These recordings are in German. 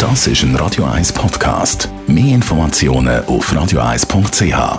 Das ist ein Radio 1 Podcast. Mehr Informationen auf radio1.ch.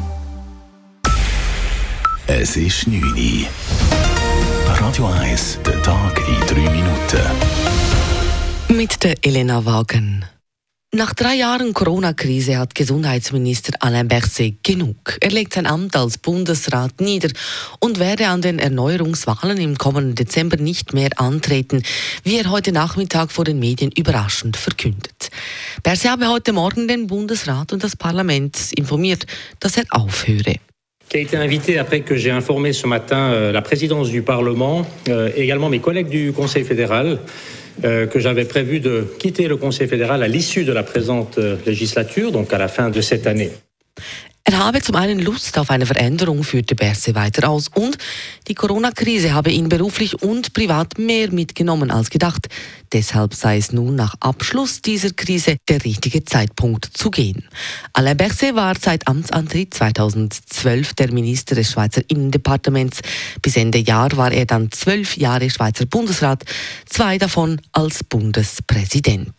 Es ist 9 Uhr. Radio 1, der Tag in 3 Minuten. Mit der Elena Wagen. Nach 3 Jahren Corona-Krise hat Gesundheitsminister Alain Berset genug. Er legt sein Amt als Bundesrat nieder und werde an den Erneuerungswahlen im kommenden Dezember nicht mehr antreten, wie er heute Nachmittag vor den Medien überraschend verkündet. Berset habe heute Morgen den Bundesrat und das Parlament informiert, dass er aufhöre. Qui a été invité après que j'ai informé ce matin la présidence du Parlement et également mes collègues du Conseil fédéral que j'avais prévu de quitter le Conseil fédéral à l'issue de la présente législature, donc à la fin de cette année. Er habe zum einen Lust auf eine Veränderung, führte Berset weiter aus, und die Corona-Krise habe ihn beruflich und privat mehr mitgenommen als gedacht. Deshalb sei es nun nach Abschluss dieser Krise der richtige Zeitpunkt zu gehen. Alain Berset war seit Amtsantritt 2012 der Minister des Schweizer Innendepartements. Bis Ende Jahr war er dann 12 Jahre Schweizer Bundesrat, 2 davon als Bundespräsident.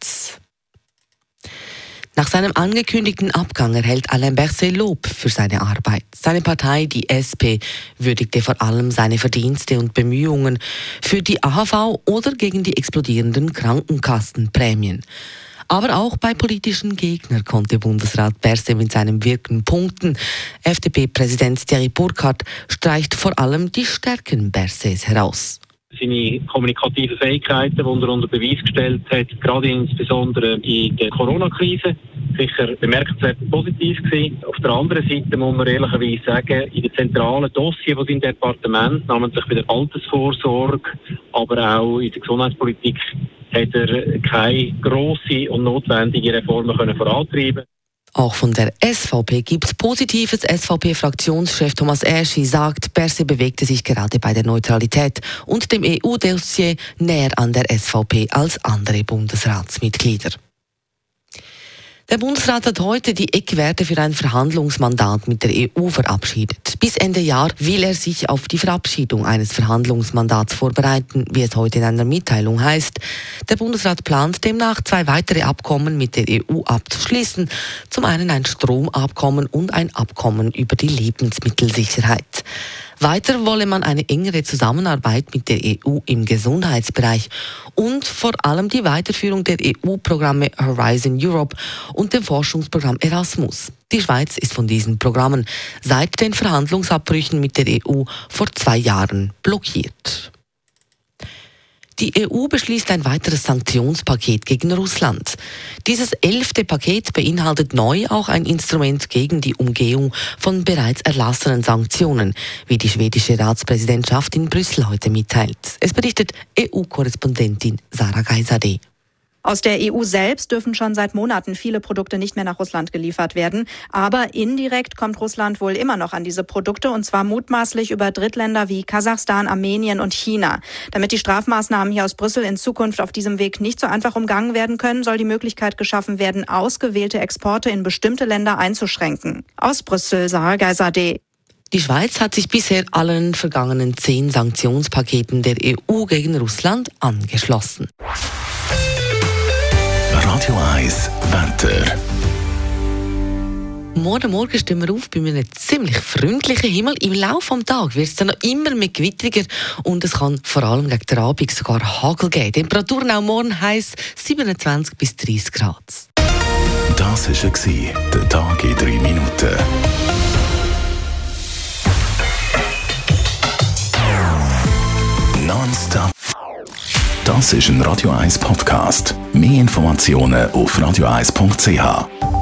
Nach seinem angekündigten Abgang erhält Alain Berset Lob für seine Arbeit. Seine Partei, die SP, würdigte vor allem seine Verdienste und Bemühungen für die AHV oder gegen die explodierenden Krankenkassenprämien. Aber auch bei politischen Gegnern konnte Bundesrat Berset mit seinem Wirken punkten. FDP-Präsident Thierry Burkhardt streicht vor allem die Stärken Bersets heraus. Seine kommunikativen Fähigkeiten, die er unter Beweis gestellt hat, gerade insbesondere in der Corona-Krise, sicher bemerkenswert positiv gewesen. Auf der anderen Seite muss man ehrlicherweise sagen, in den zentralen Dossiers von seinem Departement, namentlich bei der Altersvorsorge, aber auch in der Gesundheitspolitik, hat er keine grosse und notwendige Reformen vorantreiben können. Auch von der SVP gibt es Positives. SVP-Fraktionschef Thomas Erschi sagt, Berset bewegte sich gerade bei der Neutralität und dem EU-Dossier näher an der SVP als andere Bundesratsmitglieder. Der Bundesrat hat heute die Eckwerte für ein Verhandlungsmandat mit der EU verabschiedet. Bis Ende Jahr will er sich auf die Verabschiedung eines Verhandlungsmandats vorbereiten, wie es heute in einer Mitteilung heißt. Der Bundesrat plant demnach 2 weitere Abkommen mit der EU abzuschließen. Zum einen ein Stromabkommen und ein Abkommen über die Lebensmittelsicherheit. Weiter wolle man eine engere Zusammenarbeit mit der EU im Gesundheitsbereich und vor allem die Weiterführung der EU-Programme Horizon Europe und dem Forschungsprogramm Erasmus. Die Schweiz ist von diesen Programmen seit den Verhandlungsabbrüchen mit der EU vor 2 Jahren blockiert. Die EU beschließt ein weiteres Sanktionspaket gegen Russland. Dieses 11. Paket beinhaltet neu auch ein Instrument gegen die Umgehung von bereits erlassenen Sanktionen, wie die schwedische Ratspräsidentschaft in Brüssel heute mitteilt. Es berichtet EU-Korrespondentin Sarah Geisade. Aus der EU selbst dürfen schon seit Monaten viele Produkte nicht mehr nach Russland geliefert werden. Aber indirekt kommt Russland wohl immer noch an diese Produkte, und zwar mutmaßlich über Drittländer wie Kasachstan, Armenien und China. Damit die Strafmaßnahmen hier aus Brüssel in Zukunft auf diesem Weg nicht so einfach umgangen werden können, soll die Möglichkeit geschaffen werden, ausgewählte Exporte in bestimmte Länder einzuschränken. Aus Brüssel, Sarah Geisade. Die Schweiz hat sich bisher allen vergangenen 10 Sanktionspaketen der EU gegen Russland angeschlossen. Radio 1 Wetter. Morgen stehen wir auf bei einem ziemlich freundlichen Himmel. Im Laufe des Tages wird es dann noch immer mehr gewittriger und es kann vor allem gegen den Abend sogar Hagel geben. Temperaturen auch morgen heiß 27 bis 30 Grad. Das war der Tag in 3 Minuten. Nonstop. Das ist ein Radio 1 Podcast. Mehr Informationen auf radio1.ch.